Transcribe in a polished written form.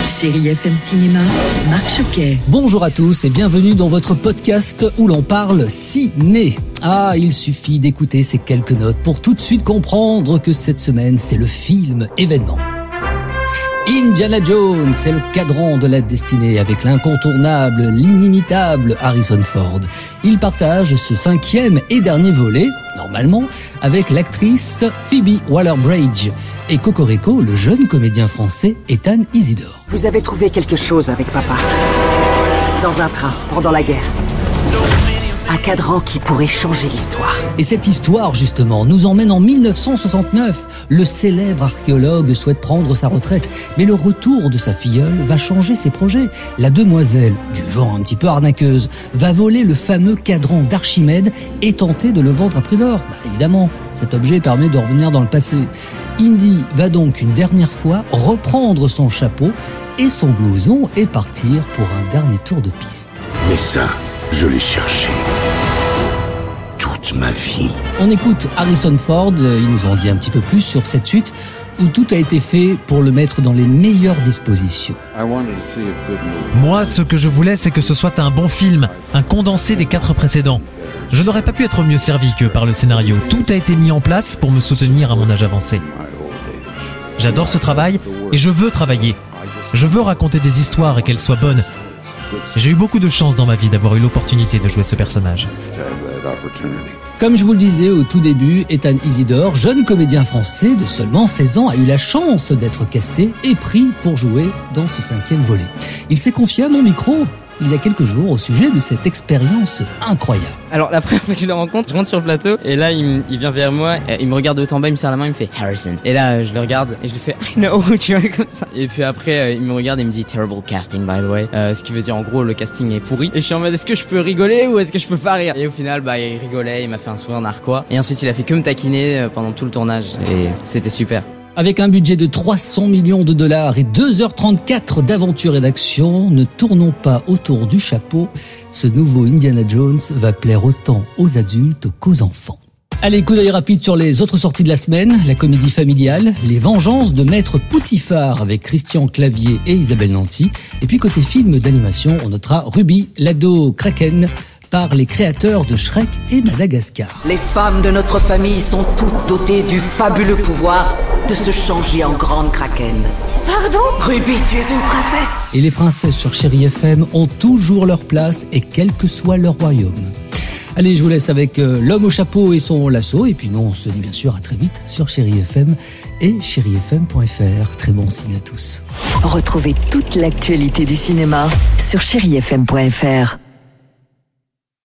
Chérie FM Cinéma, Marc Choquet. Bonjour à tous et bienvenue dans votre podcast où l'on parle ciné. Ah, il suffit d'écouter ces quelques notes pour tout de suite comprendre que cette semaine, c'est le film événement. Indiana Jones, c'est le cadran de la destinée avec l'incontournable, l'inimitable Harrison Ford. Il partage ce 5e et dernier volet, normalement, avec l'actrice Phoebe Waller-Bridge et Cocorico, le jeune comédien français Ethan Isidore. Vous avez trouvé quelque chose avec papa. Dans un train, pendant la guerre. Un cadran qui pourrait changer l'histoire. Et cette histoire, justement, nous emmène en 1969. Le célèbre archéologue souhaite prendre sa retraite, mais le retour de sa filleule va changer ses projets. La demoiselle, du genre un petit peu arnaqueuse, va voler le fameux cadran d'Archimède et tenter de le vendre à prix d'or. Évidemment, cet objet permet de revenir dans le passé. Indy va donc une dernière fois reprendre son chapeau et son blouson et partir pour un dernier tour de piste. Mais ça, je l'ai cherché toute ma vie. On écoute Harrison Ford, il nous en dit un petit peu plus sur cette suite où tout a été fait pour le mettre dans les meilleures dispositions. Moi, ce que je voulais, c'est que ce soit un bon film, un condensé des 4 précédents. Je n'aurais pas pu être mieux servi que par le scénario. Tout a été mis en place pour me soutenir à mon âge avancé. J'adore ce travail et je veux travailler. Je veux raconter des histoires et qu'elles soient bonnes. J'ai eu beaucoup de chance dans ma vie d'avoir eu l'opportunité de jouer ce personnage. Comme je vous le disais au tout début, Ethan Isidore, jeune comédien français de seulement 16 ans, a eu la chance d'être casté et pris pour jouer dans ce 5e volet. Il s'est confié à mon micro il y a quelques jours au sujet de cette expérience incroyable. Alors la première fois que je le rencontre, je rentre sur le plateau et là il vient vers moi, il me regarde de haut en bas, il me serre la main, il me fait Harrison. Et là je le regarde et je lui fais I know, tu vois, comme ça. Et puis après il me regarde et il me dit terrible casting by the way, ce qui veut dire en gros le casting est pourri. Et je suis en mode est-ce que je peux rigoler ou est-ce que je peux pas rire? Et au final il rigolait, il m'a fait un sourire narquois. Et ensuite il a fait que me taquiner pendant tout le tournage et c'était super. Avec un budget de 300 millions de dollars et 2h34 d'aventure et d'action, ne tournons pas autour du chapeau. Ce nouveau Indiana Jones va plaire autant aux adultes qu'aux enfants. Allez, coup d'œil rapide sur les autres sorties de la semaine. La comédie familiale, Les Vengeances de Maître Poutifard avec Christian Clavier et Isabelle Nanty. Et puis côté film d'animation, on notera Ruby, l'ado Kraken, par les créateurs de Shrek et Madagascar. Les femmes de notre famille sont toutes dotées du fabuleux pouvoir de se changer en grande kraken. Pardon ? Ruby, tu es une princesse. Et les princesses sur Chérie FM ont toujours leur place et quel que soit leur royaume. Allez, je vous laisse avec l'homme au chapeau et son lasso. Et puis nous, on se dit bien sûr à très vite sur Chérie FM et chérifm.fr. Très bon signe à tous. Retrouvez toute l'actualité du cinéma sur chérifm.fr.